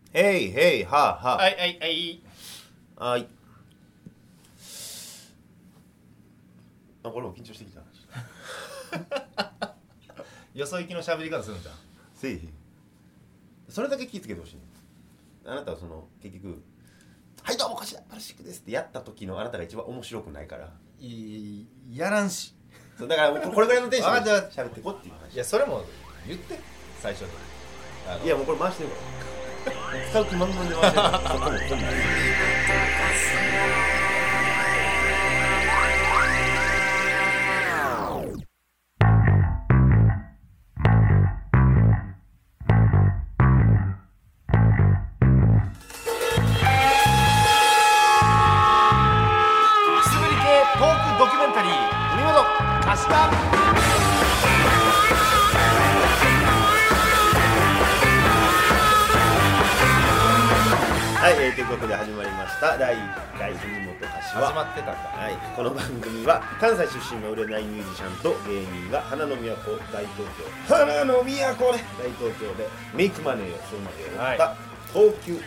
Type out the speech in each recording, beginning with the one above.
へいへいはあははいはいはいあはい。あ、これも緊張してきた。 よそ行きの喋り方するんじゃん。 せえへん。それだけ気ぃつけてほしいね。あなたはその結局はいどうもこちらプラスチックですってやった時のあなたが一番面白くないから。 やらんし。 そうだからもうこれぐらいのテンションで分かっ喋ってこっていう話。 いやそれも言って最初に。 いやもうこれ回してるから使う気満々で回してるからそこもこんなんくすぶり系トークドキュメンタリー海本柏。 はい、ということで始まりました第1回海本柏。 始まってたんだ。 はい、この番組は関西出身の売れないミュージシャンと芸人が花の都大東京花の都ね大東京でメイクマネーをそのまで追った東急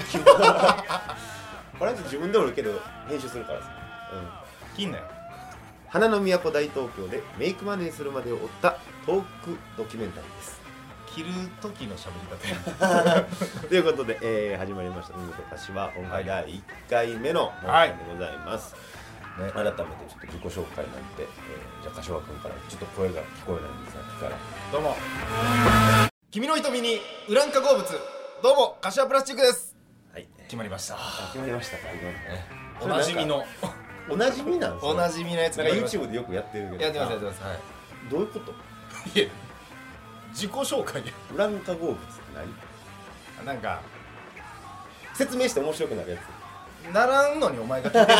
これは自分でもいるけど編集するからさ、 切んなよ。 花の都大東京でメイクマネーするまでを追ったトークドキュメンタリーです切る時の喋り方や。 ということで、始まりました海本柏今回第1回目の放送でございます、 ね、 改めてちょっと自己紹介なんて、じゃあ柏君からちょっと声が聞こえないんでさっきからどうも。君の瞳にウラン化合物。どうも柏プラスチックです。 はい、 決まりました。 決まりましたか今おなじみのおなじみなんですよおなじみのやつなんか YouTube でよくやってるけどやってますやってます。はい。 どういうこといや自己紹介や。 ウラン化合物って何なんか説明して面白くなるやつならんのにお前が聞い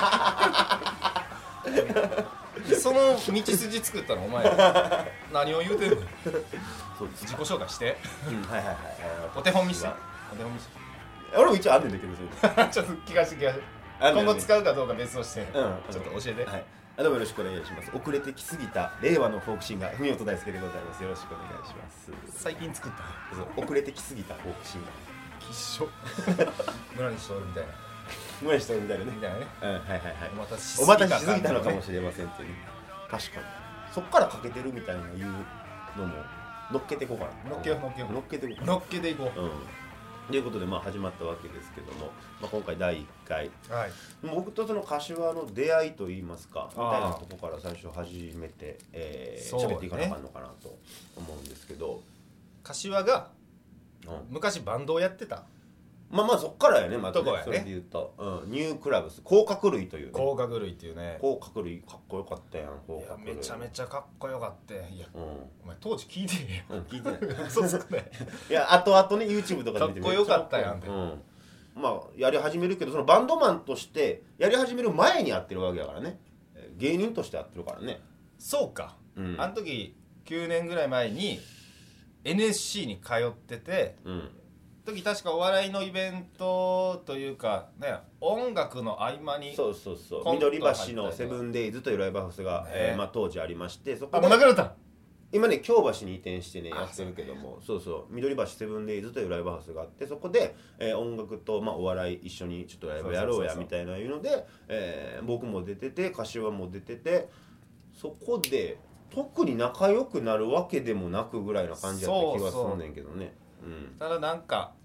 てないその道筋作ったのお前や。何を言うてんの。 そうです自己紹介してはいはいはいお手本見してお手本見して俺も一応あんねんだけどそれちょっと聞かせて今後使うかどうか別として、ちょっと教えて。 はい、どうもよろしくお願いします。遅れてきすぎた令和のフォークシンガー文本大輔でございます。よろしくお願いします。 最近作ったそう遅れてきすぎたフォークシンガーきっしょ村西徹みたいな無理してるみたいなね。 みたいなね。 はいはいはい。 お待たせお待たせしすぎたのかもしれませんっていう。確かに。そっからかけてるみたいな言うのも乗っけていこうかな。 乗っけよう乗っけよう乗っけていこうかな。 乗っけていこう。 ということで始まったわけですけども、今回第1回、 はい。 僕とその柏の出会いといいますかみたいなとこから最初始めて喋っていかなあかんのかなと思うんですけど、 柏が昔バンドをやってたまあそっからやね、またね、 とこやねそれで言うと、ニュークラブス甲殻類というね、 甲殻類っていうね。 甲殻類かっこよかったやん。甲いや殻類めちゃめちゃかっこよかった。いやうんお前当時聞いてへん聞いてないやん。嘘つくね。 いや後々ね YouTube とかで見てかっこよかったやんってまあやり始めるけど、そのバンドマンとしてやり始める前にやってるわけやからね、芸人としてやってるからね。 そうか。あの時9年ぐらい前に NSC に通ってて、時確かお笑いのイベントというかね、音楽の合間にそう緑橋のセブンデイズというライブハウスが、当時ありまして、そこでもうなくなった。 今ね京橋に移転してねやってるけども、緑橋セブンデイズというライブハウスがあって、そこで、音楽と、お笑い一緒にちょっとライブやろうやみたいないうので、僕も出てて柏も出てて、そこで特に仲良くなるわけでもなくぐらいな感じだった気がするんねんけどね。 ただなんか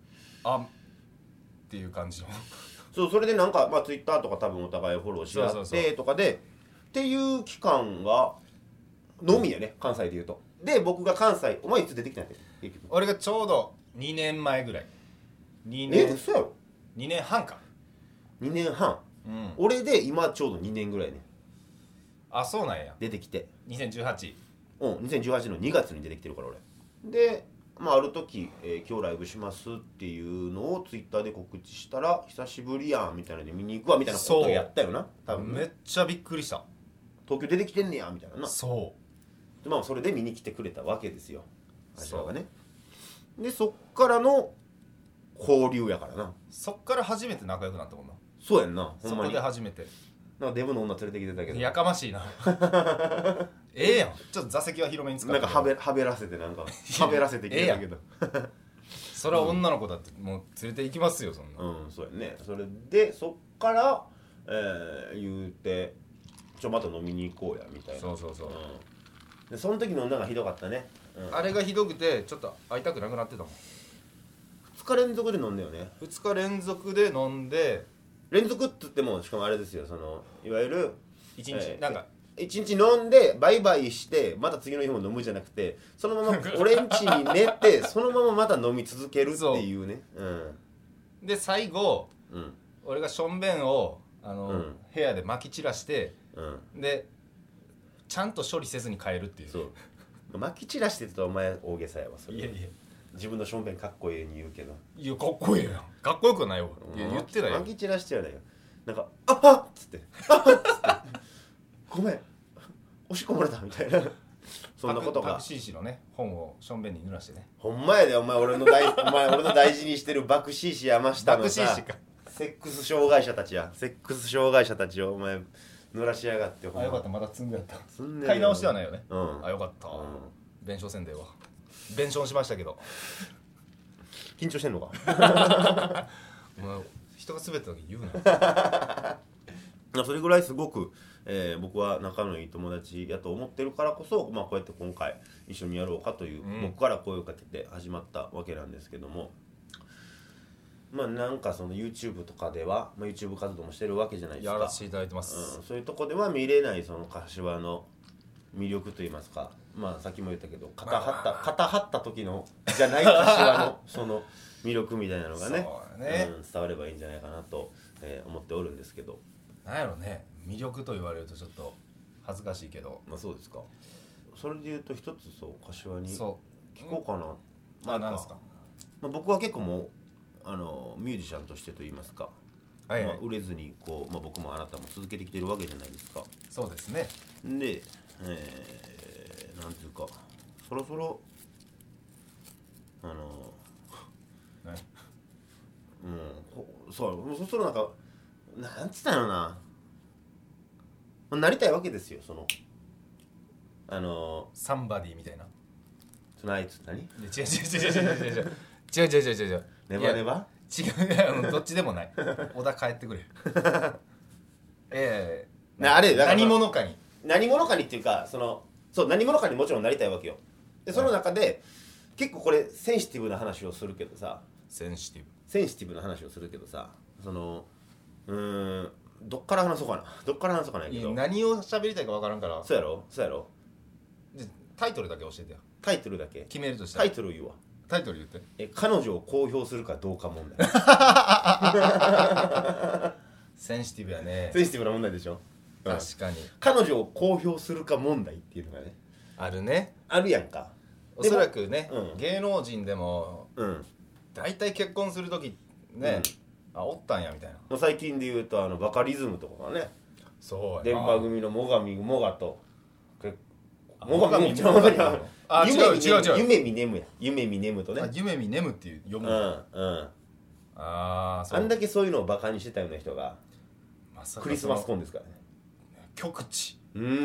っていう感じのそれでなんか、ツイッターとか多分お互いフォローし合ってとかでっていう期間がのみやね、関西でいうと。で僕が関西、お前いつ出てきたんやっけ結局。 俺がちょうど2年前ぐらい。 嘘やろ。 2年半か。 2年半、俺で今ちょうど2年ぐらいね。 あ、そうなんや。 出てきて 2018。 2018の2月に出てきてるから俺で、ある時、今日ライブしますっていうのをツイッターで告知したら、久しぶりやんみたいなので見に行くわみたいなことをやったよな多分。 めっちゃびっくりした。 東京出てきてんねやみたいなな。 そうで、それで見に来てくれたわけですよ、そうがね。でそっからの交流やからな。 そっから初めて仲良くなったもんな。 そうやんな、ほんまに。 そこで初めて。 なんかデブの女連れてきてたけど、 やかましいな。ええやん。ちょっと座席は広めに使ってなんかはべらせてなんかはべらせてきてたけど、 それは女の子だってもう連れて行きますよそんな。 そうやね。それでそっから、言うてまた飲みに行こうやみたいな。 そう、 でその時の女がひどかったね、 あれがひどくてちょっと会いたくなくなってたもん。 2日連続で飲んだよね。 2日連続で飲んで、 連続って言ってもしかもあれですよ、そのいわゆる 1日、なんか 1日飲んでバイバイしてまた次の日も飲むじゃなくて、そのまま俺ん家に寝てそのまままた飲み続けるっていうね。 で最後、俺がしょんべんを部屋で撒き散らして、でちゃんと処理せずに帰るっていう。 そう撒き散らしてって言うとお前大げさやわそれ。 いや自分のしょんべんかっこいいに言うけど、 いやかっこいいやん。かっこよくないわ。いや言ってないよ。 撒き散らしてはないよ。なんかあっつってあっつってごめん押し込まれたみたいなそんなことが。 パクシー氏のね本をしょんべんに濡らしてね。 ほんまやでお前俺の大事にしてるバクシー氏山下のさバクシー氏かセックス障害者たちやセックス障害者たちをお前濡らしやがって。 あよかった、まだ積んでやった。 積んでるよ買い直してはないよね。 あよかった。弁償せんでは弁償しましたけど。 緊張してんのかお前人が滑った時言うな。 それぐらいすごく、僕は仲のいい友達やと思ってるからこそ、こうやって今回一緒にやろうかという、僕から声をかけて始まったわけなんですけども、なんかその YouTube とかでは、YouTube 活動もしてるわけじゃないですか。 やらせていただいてます、 そういうとこでは見れないその柏の魅力といいますか、さっきも言ったけど肩張った時のじゃない柏のその魅力みたいなのがね伝わればいいんじゃないかなと、思っておるんですけど。 なんやろね、魅力と言われるとちょっと恥ずかしいけど。 そうですか。それで言うと一つ柏に聞こうかな。 なんですか。 僕は結構もうミュージシャンとしてといいますか、売れずに僕もあなたも続けてきてるわけじゃないですか。 そうですね。 で、なんていうかそろそろそろそろなんつったのな、なりたいわけですよ。そのサンバディみたいな。 そのあいつ何？ 違うネバネバ？ 違う、どっちでもない。小田帰ってくれ。 あれだから何者かにっていうか何者かにもちろんなりたいわけよ。でその中で結構これセンシティブな話をするけどさ、 センシティブな話をするけどさ、どっから話そうかなやけど、 何を喋りたいか分からんから。 そうやろタイトルだけ教えてよ。 タイトルだけ決めるとしたらタイトル言うわ。 タイトル言って。 彼女を公表するかどうか問題。 センシティブやね。 センシティブな問題でしょ。 確かに。 彼女を公表するか問題っていうのがねあるね。 あるやんか。 おそらくね、芸能人でも大体結婚する時ね、おったんやみたいな。 最近で言うとバカリズムとかがね、 そう電波組のモガとモガミ夢見ねむとね、 夢見ねむっていう読む。 あんだけそういうのをバカにしてたような人がクリスマスコンですからね。 極地。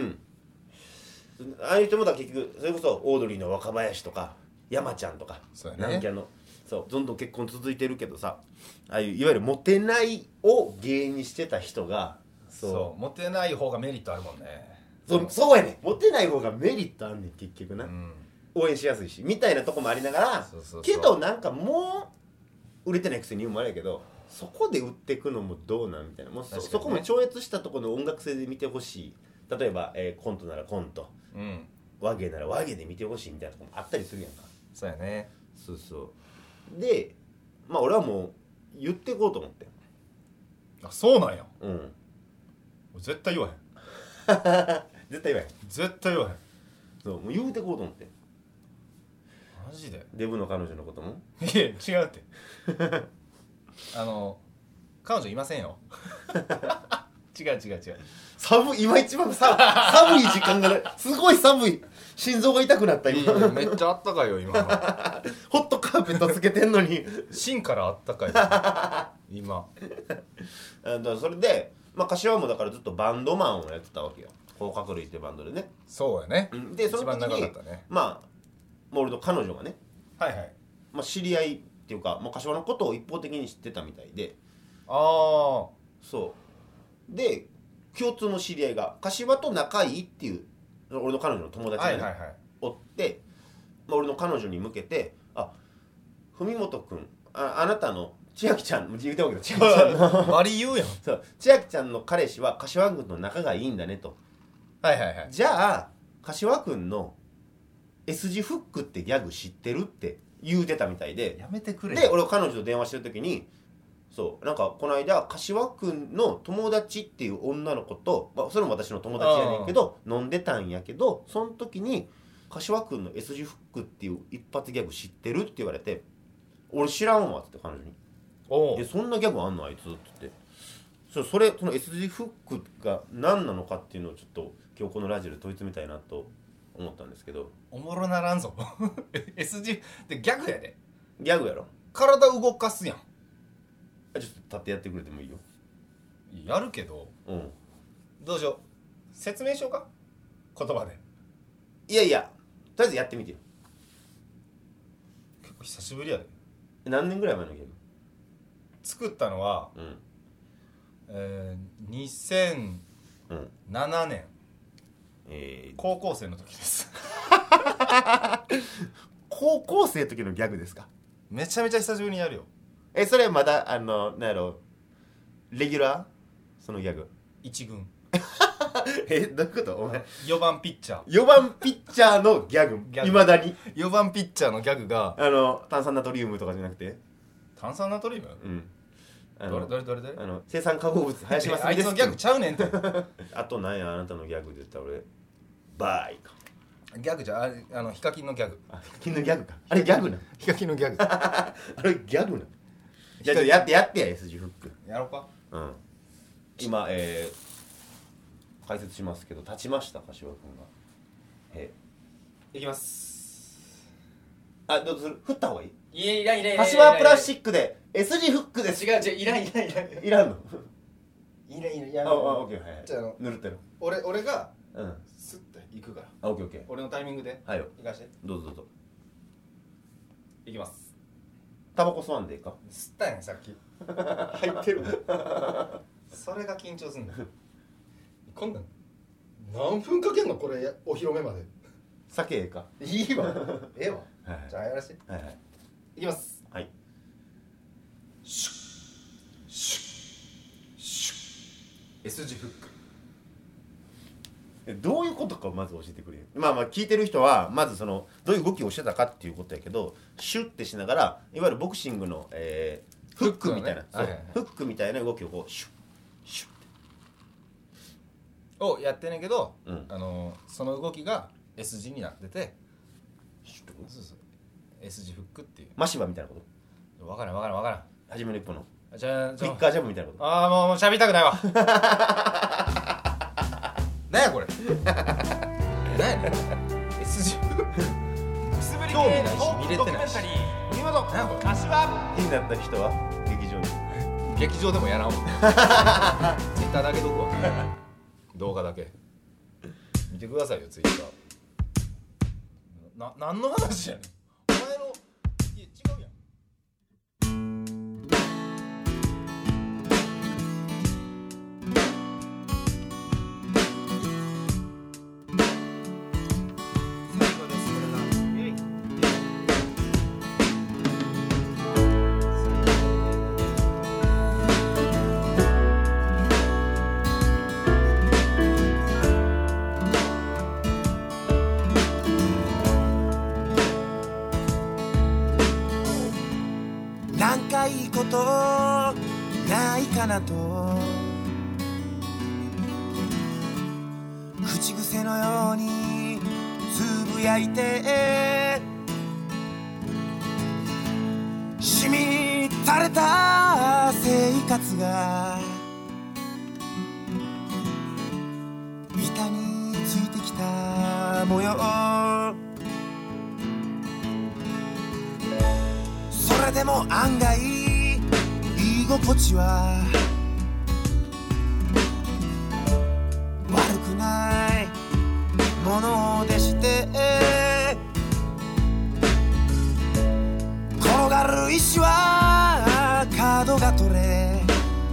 ああいう人も結局それこそオードリーの若林とか山ちゃんとか南キャンのどんどん結婚続いてるけどさ、ああいういわゆるモテないを芸にしてた人がモテない方がメリットあるもんね。 そうやね、モテない方がメリットあんねん結局な、応援しやすいしみたいなとこもありながら、けどなんかもう売れてないくせに言うもあれやけど、そこで売っていくのもどうなんみたいな、もうそこも超越したところの音楽性で見てほしい。例えば、コントならコント、和芸なら和芸で見てほしいみたいなとこもあったりするやんか。 そうやね。 そうで俺はもう言っていこうと思って。 そうなんや。絶対言わへん。 絶対言わへん。そうもう言うてこうと思って。 マジで？ デブの彼女のことも？ いや違うって彼女いませんよ。違う寒い、今一番寒い時間がね、すごい寒い。心臓が痛くなった今。 めっちゃあったかいよ今。 ホットカーペットつけてんのに芯からあったかい今。 それで柏もだからずっとバンドマンをやってたわけよ。甲殻類ってバンドでね。 そうやね。 でその時に一番長かったね。 俺の彼女がね、知り合いってっていうか、もう柏のことを一方的に知ってたみたいで、そうで共通の知り合いが柏と仲いいっていう俺の彼女の友達が、おって、俺の彼女に向けて文本君あなたの千秋ちゃん言うてもけど千秋ちゃんのバリ言うやんそう千秋ちゃんの彼氏は柏君と仲がいいんだねと、じゃあ柏君の S 字フックってギャグ知ってるって言うてたみたいで、 やめてくれ。 で俺彼女と電話してる時にそうなんかこの間柏君の友達っていう女の子と、それも私の友達やねんけど飲んでたんやけど、その時に柏君の S 字フックっていう一発ギャグ知ってるって言われて、俺知らんわっつって彼女にそんなギャグあんのあいつって言って、その S 字フックが何なのかっていうのをちょっと今日このラジオで問い詰めたいなと思ったんですけど。 おもろならんぞS 字ってギャグやで。 ギャグやろ。 体動かすやん。 ちょっと立ってやってくれてもいいよ。 やるけど、どうしよう、説明しようか言葉で。 いやいやとりあえずやってみてよ。 結構久しぶりやで。 何年ぐらい前のゲーム作ったのは、2007年、高校生の時です高校生の時のギャグですか。 めちゃめちゃ久しぶりにやるよ。 それまだなんやろレギュラーそのギャグ一軍どういうことお前 4番ピッチャー 4番ピッチャーのギャグいまだに 4番ピッチャーのギャグが炭酸ナトリウムとかじゃなくて炭酸ナトリウムどれ生産化合物林真澄です。 あいつのギャグちゃうねんってあとなんやあなたのギャグで言ったら俺バイかギャグじゃヒカキンのギャグ。 ヒカキンのギャグか。あれギャグなヒカキンのギャグあれギャグなじゃあやってや S 字フックやろうか。 今解説しますけど立ちました柏君がいきます。 どうする振った方がいい。 いらん柏プラスチックで S 字フックです。 違ういらんのいらんオッケーじゃあ塗るってる俺がスッていくから。 オッケー俺のタイミングではいよいかして。 どうぞいきます。 タバコ吸わんでいいか。 吸ったやんさっき入ってるそれが緊張すんだこんなん何分かけんのこれお披露目まで。 酒ええか。 いいわええわ、じゃあやらして。いきます。シュッシュッシュッ S 字フック。 どういうことかまず教えてくれ。聞いてる人はまずどういう動きをしてたかっていうことやけど、シュッてしながらいわゆるボクシングの、フックみたいな、フックみたいな動きをこうシュッシュッってをやってんねんけど、その動きが S 字になってて、 シュッとそう S 字フックっていうマシバみたいなこと。 分からん初めの一歩のじゃあフリッカージャブみたいなこと。 もう喋りたくないわ何やこれ何やねん S 字フックくすぶり系ないし見れてないし今の何やこれ気になった人は劇場でもやらんわツイッターだけどくわ動画だけ見てくださいよツイッター。何の話やねんお前の。いや違うやん。 いいことないかなと口癖のようにつぶやいてしみたれた生活が板についてきた模様。それでも案外居心地は悪くないものでして転が軽石は角が取れ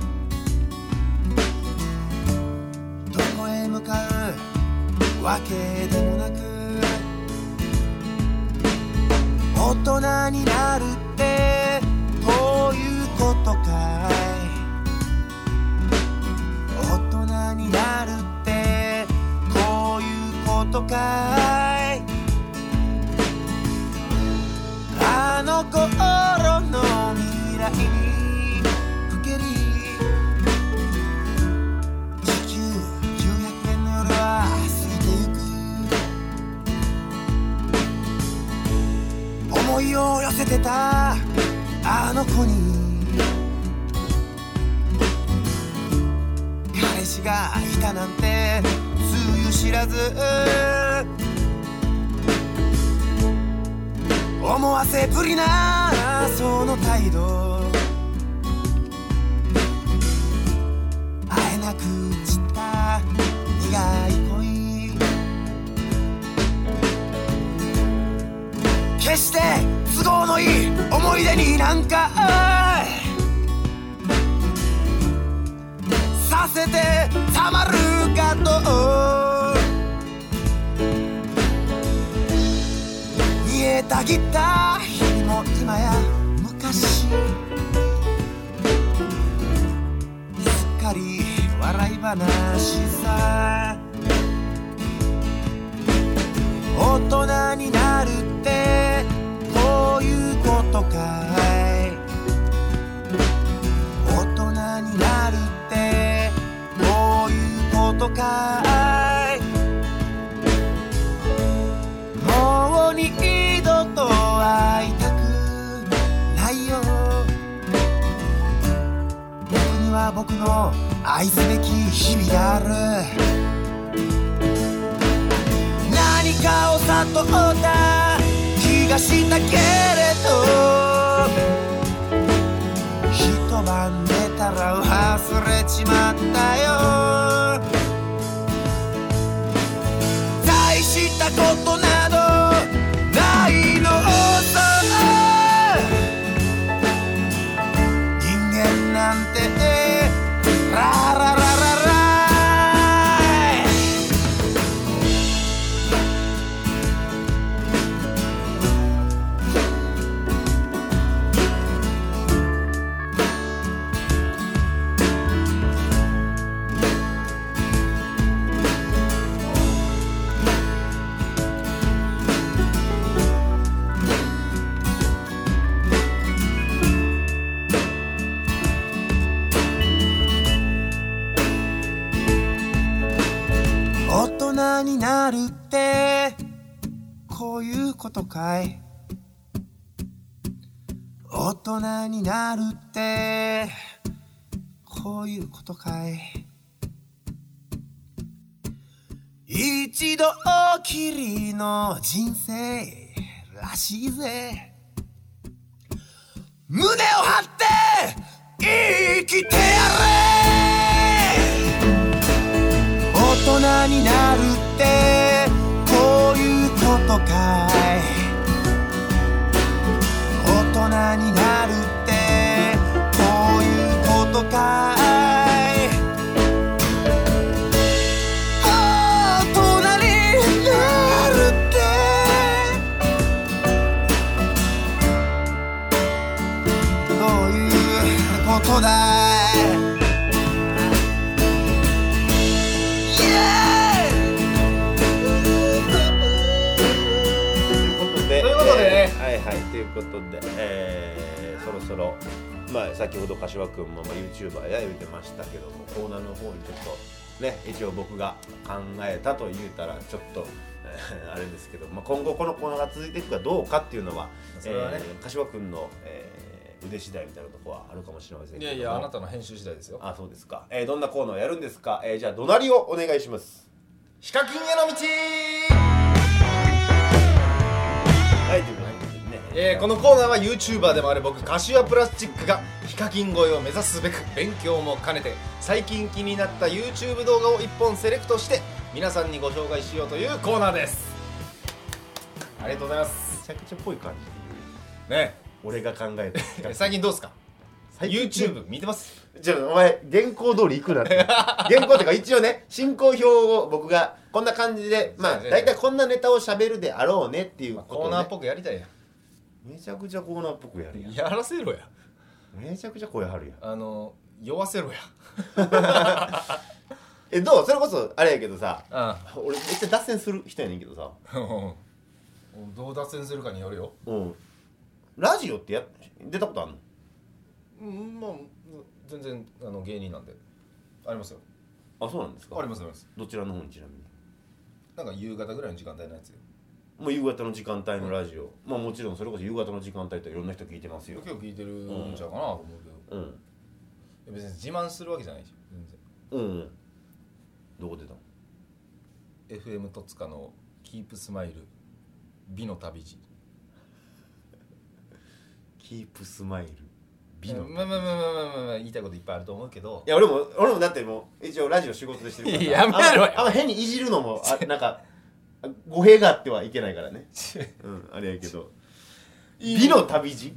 どこへ向かうわけでもなく大人になるってこういうことかい大人になるってこういうことかいあの頃の未来にふけり時給900円の夜は過ぎてゆく思いを寄せてたあの子に彼氏がいたなんてつゆ知らず思わせぶりなその態度会えなく散った苦い恋決して都合のいい思い出になんかさせてたまるかと見えたぎった日々も今や昔すっかり笑い話さ大人になるってこういうことかい大人になるってこういうことかいもう二度と会いたくないよ僕には僕の愛すべき日々がある何かを悟った気がしたけれど一晩寝たら忘れちまったよ大したことなどないのさ人間なんてラララララ大人になるってこういうことかい大人になるってこういうことかい一度きりの人生らしいぜ胸を張って生きてやれ大人になるってこういうことかい大人になるってこういうことかい大人になるってどういうことだいということで、そろそろ、先ほど柏くんもYouTuber や言ってましたけどもコーナーの方にちょっとね一応僕が考えたと言うたらちょっと、あれですけど、今後このコーナーが続いていくかどうかっていうのはそれはね、柏くんの、腕次第みたいなところはあるかもしれませんけどもいやあなたの編集次第ですよあそうですか、どんなコーナーをやるんですか、じゃあ隣をお願いしますヒカキンへの道はいということでこのコーナーは YouTuber でもある僕柏プラスチックがヒカキン超えを目指すべく勉強も兼ねて最近気になった YouTube 動画を1本セレクトして皆さんにご紹介しようというコーナーです。ありがとうございます。 めちゃくちゃっぽい感じね俺が考えた企画最近どうすか？ 最近 YouTube 見てます？ じゃあお前原稿通り行くなって原稿ってか一応ね進行表を僕がこんな感じでまあ大体こんなネタを喋るであろうねっていうことを、ね、 コーナーっぽくやりたいやん。 めちゃくちゃコーナーっぽくやるやん。 やらせろや。 めちゃくちゃ声張るやん。 酔わせろや。 どうそれこそあれやけどさ、 うん、 俺めっちゃ脱線する人やねんけどさどう脱線するかによるよ。 ラジオって出たことあんの？ まあ全然芸人なんでありますよ。 あ、そうなんですか？ ありますあります。 どちらの方にちなみに？ なんか夕方ぐらいの時間帯のやつよ。 もう夕方の時間帯のラジオ、まあもちろんそれこそ夕方の時間帯っていろんな人聞いてますよ。 今日聞いてるんちゃうかなと思うけど、別に自慢するわけじゃないし全然。 どこ出たの？ FM 戸塚のキープスマイル美の旅路。 キープスマイル美の旅路。 まあ言いたいこといっぱいあると思うけど、 いや俺もだってもう一応ラジオ仕事でしてるからやめろよ。 あんま変にいじるのもなんか語弊があってはいけないからねあれやけど美の旅路。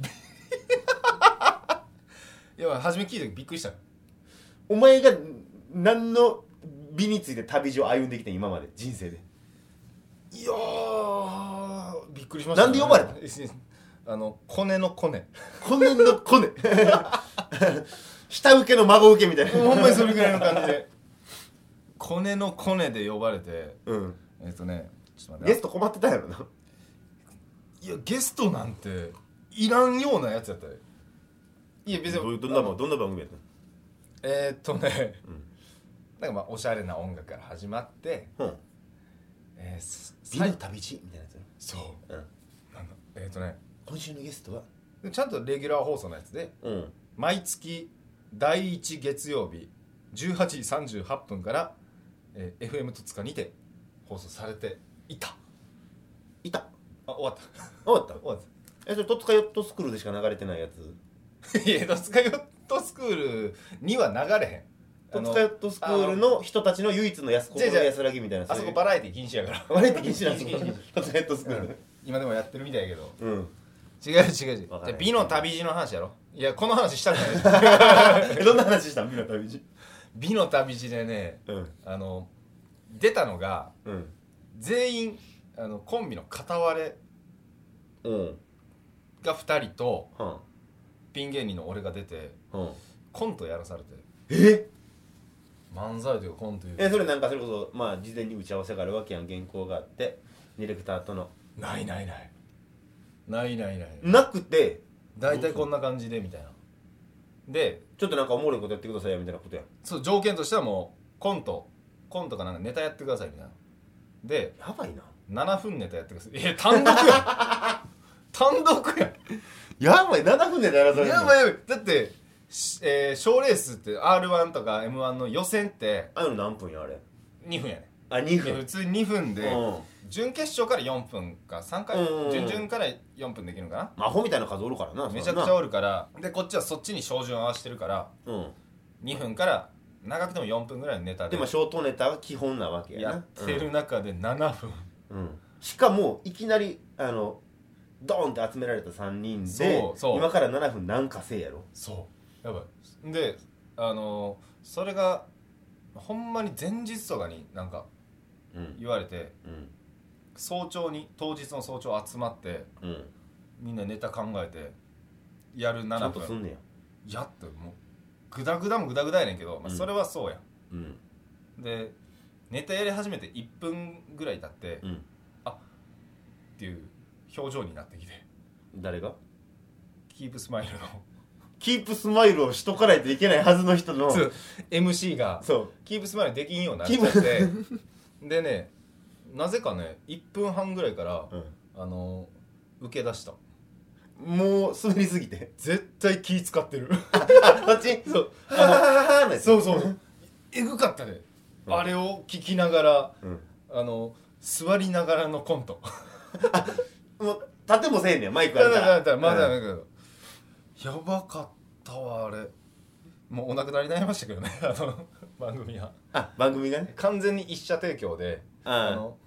いや初め聞いた時びっくりした。 お前が何の美について旅路を歩んできて今まで人生で。 いやーびっくりしました、 なんで呼ばれた？ コネのコネ。 コネのコネ下請けの孫請けみたいなほんまにそれぐらいの感じでコネのコネで呼ばれて、ちょっと待って、 ゲスト困ってたやろな。 いやゲストなんていらんようなやつやったで。いや別にどんな番組やったの？ なんかまあおしゃれな音楽から始まって、 美の旅路みたいなやつ。 そう、なんだ今週のゲストはちゃんとレギュラー放送のやつで、毎月第1月曜日18時38分から、FM 戸塚にて放送されていた。終わったそれ戸塚ヨットスクールでしか流れてないやつ？ いや戸塚ヨットスクールには流れへん。 戸塚ヨットスクールの人たちの唯一の心の安らぎみたいな。 あそこバラエティ禁止やから。 バラエティ禁止なんですよ戸塚ヨットスクール。 今でもやってるみたいやけど、違うじゃあ美の旅路の話やろ。いやこの話したくないどんな話したん？美の旅路。 美の旅路でね、出たのが、全員コンビの片割れが2人と、ピン芸人の俺が出て、コントやらされて。漫才というかコントいうか。 それなんかそれこそまあ事前に打ち合わせがあるわけやん。原稿があってディレクターとのないなくて大体こんな感じでみたいなでちょっとなんかおもろいことやってくださいよみたいなことやん。 そう条件としてはもうコントかなんかネタやってくださいみたいなでやばいな7分ネタやってください。いや単独や単独ややばい7分でやらされるの。 やばいだって賞レースって R1 とか M1 の予選ってあの何分やあれ 2分やね。 2分普通に2分で準決勝から4分か3回準々から4分できるのかな。 アホみたいな数おるからな。 めちゃくちゃおるからでこっちはそっちに照準合わせてるから、2分から長くても4分ぐらいのネタででもショートネタは基本なわけやな。 やってる中で7分、 しかもいきなりドーンって集められた3人でそう今から7分なんかせえやろ。 そうやばいでそれがほんまに前日とかになんか言われて、当日の早朝集まって、みんなネタ考えてやる7分ちゃんとすんねやってもうグダグダもグダグダやねんけど、それはそうや、でネタやり始めて1分ぐらい経って、あっていう表情になってきて。 誰が？ キープスマイルのキープスマイルをしとかないといけないはずの人の MC がキープスマイルできんようになっちゃってでねなぜかね1分半ぐらいから、受け出した。 もう滑りすぎて絶対気使ってるこっちそうえぐかったね、あれを聞きながら、座りながらのコントもう立てもせえんねんマイクあるからまだだけど、やばかったわあれ。もうお亡くなりになりましたけどね番組は。 番組がね完全に一社提供で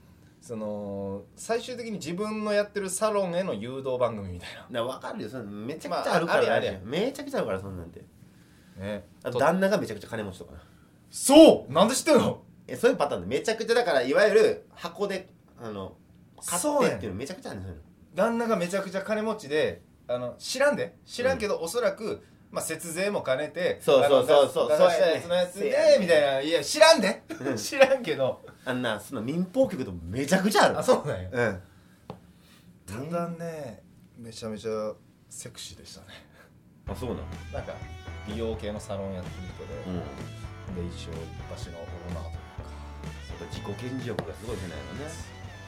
その最終的に自分のやってるサロンへの誘導番組みたいな。 分かるよ、そんなめちゃくちゃあるから、 まああるやんめちゃくちゃあるからそんなんて。 ね、 あと旦那がめちゃくちゃ金持ちとかな。 そうなんで知ってんの？ そういうパターンでめちゃくちゃだからいわゆる箱で買ってっていうのめちゃくちゃあるんですよ。 旦那がめちゃくちゃ金持ちで知らんけど、おそらくまあ節税も兼ねてそう出したやつのやつでみたいな。いや知らんで知らんけどその民放局とめちゃくちゃある。 あ、そうなんや。 ただねめちゃめちゃセクシーでしたね。 あ、そうなの。 なんか美容系のサロンやってる人で、で一生橋のオーナーというか、 自己顕示欲がすごいじゃないのね。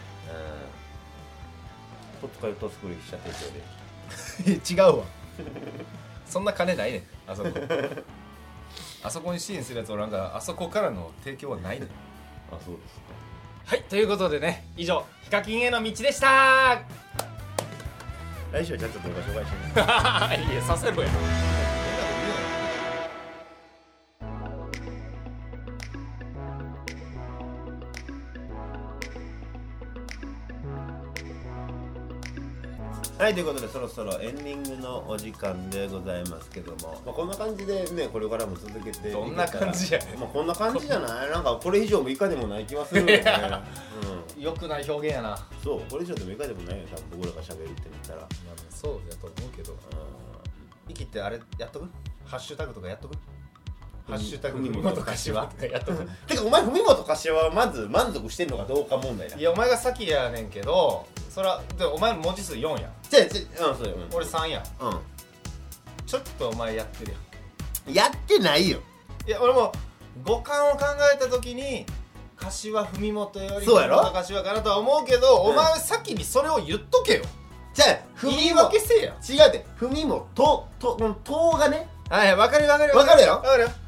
とつかよとつくりしちゃってる違うわそんな金ないねん、あそこあそこに支援するやつおらんから、あそこからの提供はないねん。 あ、そうですか。 はい、ということでね、以上ヒカキンへの道でした来週はちゃんと動画紹介していや、させろや。 はい、ということでそろそろエンディングのお時間でございますけども、こんな感じでね、これからも続けていけたら。 どんな感じやねん。 こんな感じじゃない？なんかこれ以上も以下でもない気はするよね。 良くない表現やな。 そう、これ以上でも以下でもないよ、多分僕らが喋るって言ったら。 そうやと思うけど、息ってあれやっとく？ハッシュタグとかやっとく？ハッシュタグ文本柏とかやっとく？ てかお前文本柏はまず満足してんのかどうか問題だ。 いや、お前が先やねんけど、そらでお前の文字数4や。 そうよ。 俺3や。ちょっとお前やってるやん。 やってないよ。 いや、俺も五感を考えた時に柏文本よりそうやろ文本柏かなとは思うけど、お前は先にそれを言っとけよ。 じゃあ言い訳せえや。 違うって、文もとがね。 はい、わかるよ。 わかるよ。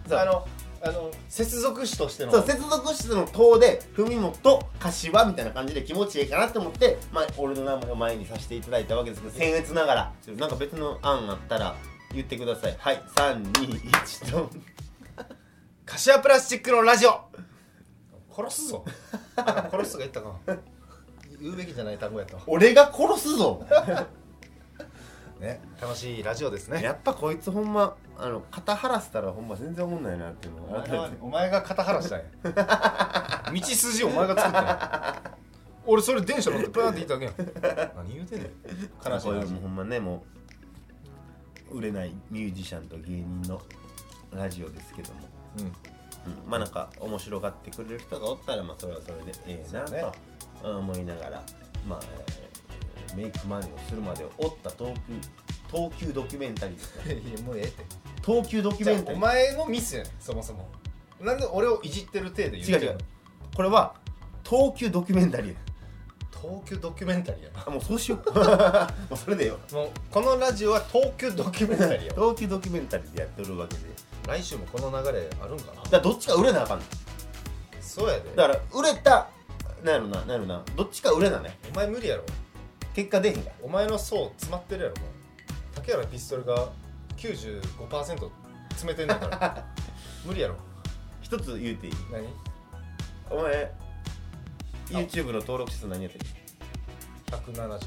接続詞としての。 そう、接続詞のとで文本柏みたいな感じで気持ちいいかなって思って、俺の名前を前にさせていただいたわけですけど、僭越ながらなんか別の案あったら言ってください。はい、3、2、1と柏プラスチックのラジオ。殺すぞ。殺すとか言ったかな。言うべきじゃない単語やったわ。 俺が殺すぞね、楽しいラジオですね。 やっぱこいつほんま肩張らせたらほんま全然おもんないなっていうのはお前が肩張らしたんや。道筋お前が作ったんや。俺それ電車乗ってプーンって言っただけやん。何言うてんねん。悲しい話。 ほんまね、もう売れないミュージシャンと芸人のラジオですけども、なんか面白がってくれる人がおったらそれはそれでええなと思いながら、メイクマネーをするまでを追った東急ドキュメンタリーですか。 いや、もうええって。 東急ドキュメンタリー。 お前のミスやねん、そもそも。なんで俺をいじってる体で言うてんの？ 違う。これは東急ドキュメンタリー。 東急ドキュメンタリーやな。 もうそうしよう。もうそれでよ。 もうこのラジオは東急ドキュメンタリーや。 東急ドキュメンタリーでやってるわけで。 来週もこの流れあるんかな。 だからどっちか売れなあかんの。 そうやで。 だから売れたなんやろな、どっちか売れなね。 お前無理やろ。 結果出へんから。 お前の層詰まってるやろ。もう竹原ピストルが 95% 詰めてんだから無理やろ。 一つ言うていい？ 何？ お前 YouTube の登録者数何やってる ？179。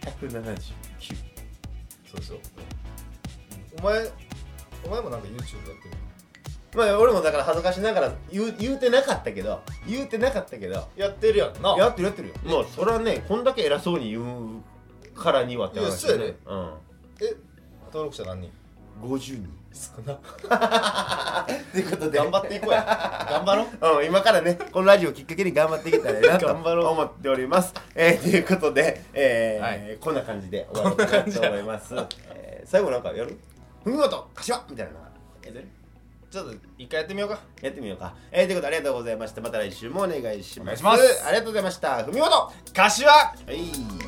そうですよ。お前もなんか YouTube やってる。 俺もだから恥ずかしながら言うてなかったけどやってるやんな。 やってるよ。もうそれはね、こんだけ偉そうに言うからにはって話だよね。 いやそうやね。登録者何人 ？50人。 少なということで頑張っていこうや。頑張ろう。 今からね、このラジオをきっかけに頑張っていけたらなと頑張ろう思っております。ということで、こんな感じで終わりたいと思います。最後なんかやる？文本柏みたいなのやってる？ ちょっと一回やってみようか。 やってみようか。ということでありがとうございました。また来週もお願いします。 お願いします。 ありがとうございました。文本柏。 はい。